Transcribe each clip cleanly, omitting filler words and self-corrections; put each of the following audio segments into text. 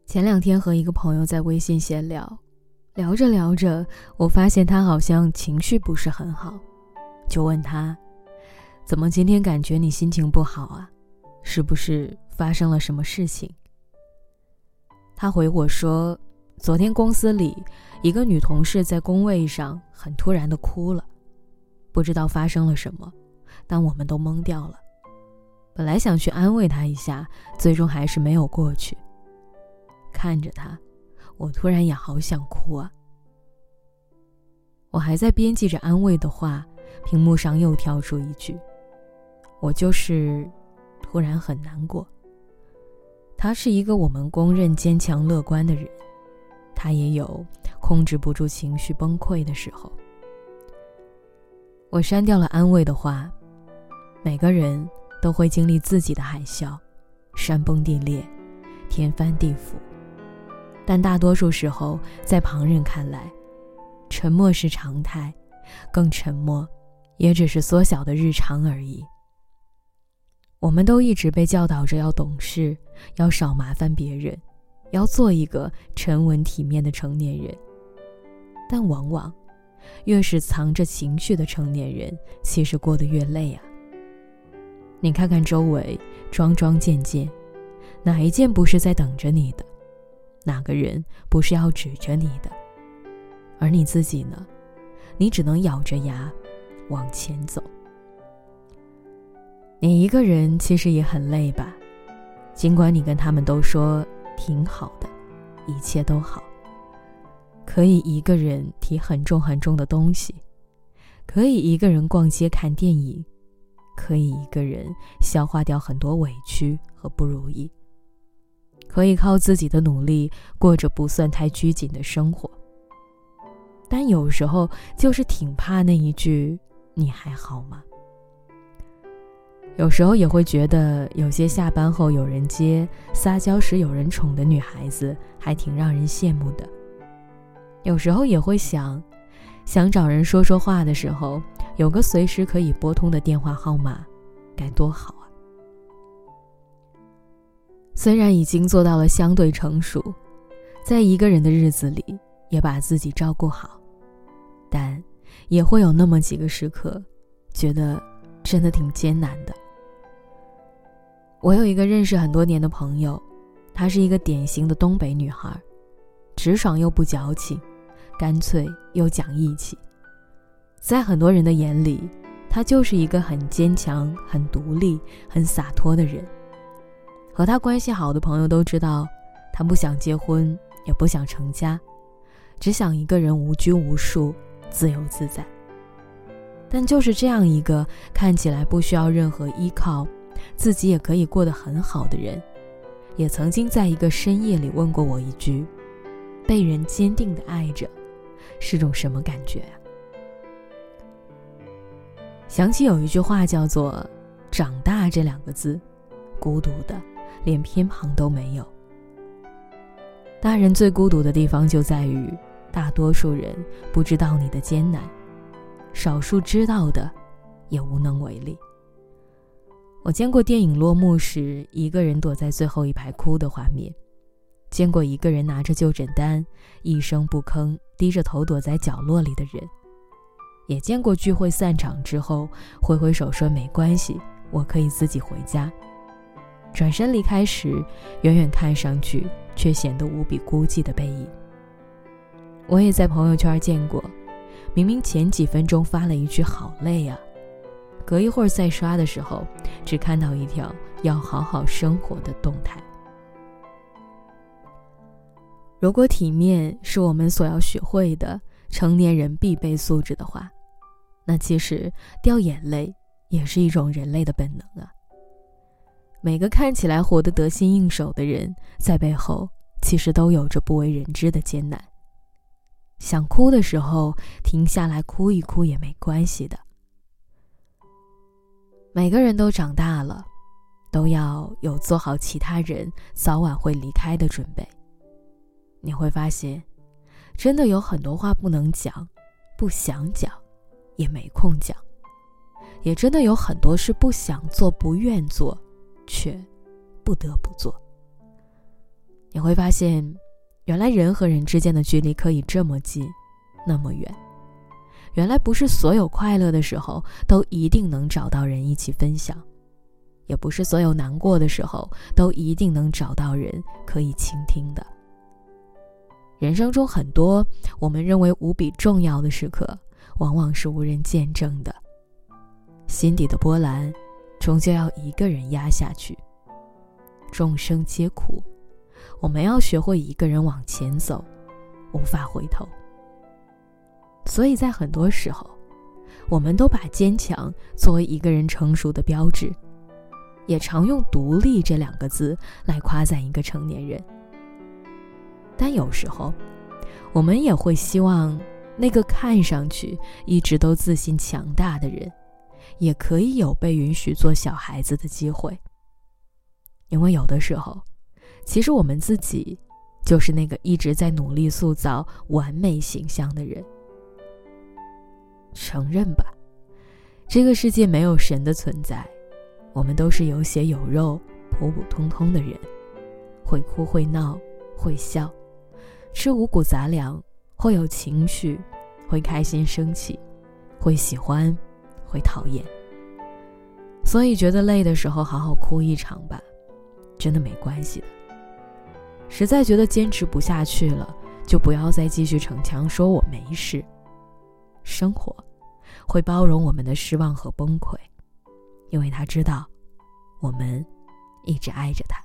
前2天和一个朋友在微信闲聊，聊着聊着，我发现他好像情绪不是很好，就问他，怎么今天感觉你心情不好啊？是不是发生了什么事情？他回我说，昨天公司里一个女同事在工位上很突然地哭了，不知道发生了什么，但我们都懵掉了。本来想去安慰她一下，最终还是没有过去。看着她，我突然也好想哭啊。我还在编辑着安慰的话，屏幕上又跳出一句，我就是突然很难过。他是一个我们公认坚强乐观的人，他也有控制不住情绪崩溃的时候。我删掉了安慰的话，每个人都会经历自己的海啸，山崩地裂，天翻地覆，但大多数时候在旁人看来，沉默是常态，更沉默也只是缩小的日常而已。我们都一直被教导着要懂事，要少麻烦别人，要做一个沉稳体面的成年人，但往往越是藏着情绪的成年人，其实过得越累啊。你看看周围，桩桩件件，哪一件不是在等着你的？哪个人不是要指着你的？而你自己呢？你只能咬着牙往前走。你一个人其实也很累吧？尽管你跟他们都说挺好的，一切都好，可以一个人提很重很重的东西，可以一个人逛街看电影，可以一个人消化掉很多委屈和不如意，可以靠自己的努力过着不算太拘谨的生活。但有时候就是挺怕那一句你还好吗？有时候也会觉得有些下班后有人接，撒娇时有人宠的女孩子还挺让人羡慕的。有时候也会想找人说说话的时候，有个随时可以拨通的电话号码，该多好啊。虽然已经做到了相对成熟，在一个人的日子里也把自己照顾好，但也会有那么几个时刻觉得真的挺艰难的。我有一个认识很多年的朋友，她是一个典型的东北女孩，直爽又不矫情，干脆又讲义气。在很多人的眼里，她就是一个很坚强、很独立、很洒脱的人。和她关系好的朋友都知道，她不想结婚，也不想成家，只想一个人无拘无束，自由自在。但就是这样一个看起来不需要任何依靠，自己也可以过得很好的人，也曾经在一个深夜里问过我一句，被人坚定地爱着是种什么感觉啊？想起有一句话叫做长大这2个字，孤独的连偏旁都没有。大人最孤独的地方就在于大多数人不知道你的艰难，少数知道的也无能为力。我见过电影落幕时一个人躲在最后一排哭的画面，见过一个人拿着就诊单一声不吭低着头躲在角落里的人，也见过聚会散场之后挥挥手说没关系，我可以自己回家，转身离开时远远看上去却显得无比孤寂的背影。我也在朋友圈见过，明明前几分钟发了一句好累啊，隔一会儿再刷的时候只看到一条要好好生活的动态。如果体面是我们所要学会的成年人必备素质的话，那其实掉眼泪也是一种人类的本能啊。每个看起来活得得心应手的人，在背后其实都有着不为人知的艰难。想哭的时候停下来哭一哭也没关系的。每个人都长大了，都要有做好其他人早晚会离开的准备。你会发现，真的有很多话不能讲，不想讲，也没空讲。也真的有很多事不想做，不愿做，却不得不做。 你会发现，原来人和人之间的距离可以这么近，那么远。原来不是所有快乐的时候都一定能找到人一起分享，也不是所有难过的时候都一定能找到人可以倾听的。人生中很多我们认为无比重要的时刻，往往是无人见证的。心底的波澜终究要一个人压下去。众生皆苦，我们要学会一个人往前走，无法回头。所以在很多时候，我们都把坚强作为一个人成熟的标志，也常用独立这2个字来夸赞一个成年人。但有时候，我们也会希望那个看上去一直都自信强大的人，也可以有被允许做小孩子的机会。因为有的时候，其实我们自己就是那个一直在努力塑造完美形象的人。承认吧，这个世界没有神的存在，我们都是有血有肉、普普通通的人，会哭会闹会笑，吃五谷杂粮，会有情绪，会开心生气，会喜欢会讨厌。所以觉得累的时候好好哭一场吧，真的没关系的。实在觉得坚持不下去了，就不要再继续逞强说我没事。生活会包容我们的失望和崩溃，因为他知道我们一直爱着他。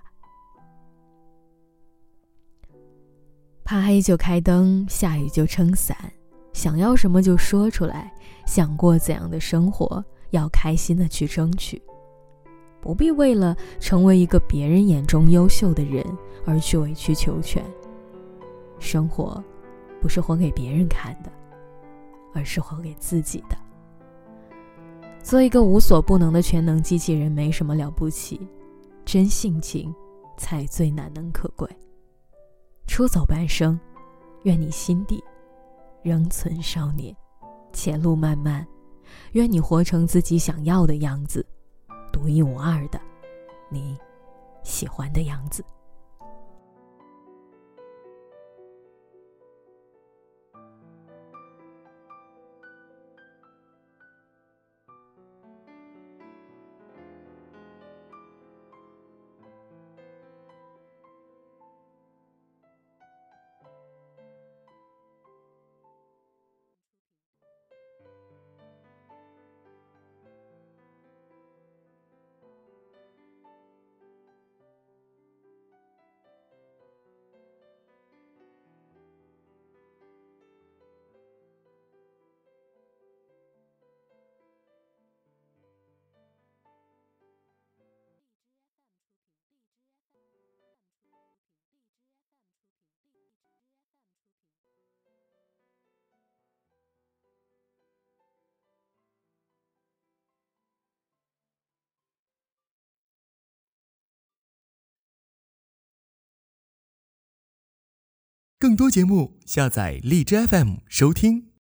怕黑就开灯，下雨就撑伞，想要什么就说出来，想过怎样的生活，要开心的去争取。不必为了成为一个别人眼中优秀的人而去委曲求全。生活不是活给别人看的，而是活给自己的。做一个无所不能的全能机器人没什么了不起，真性情才最难能可贵。出走半生，愿你心底仍存少年，前路漫漫，愿你活成自己想要的样子，独一无二的你喜欢的样子。 更多节目，下载荔枝 FM 收听。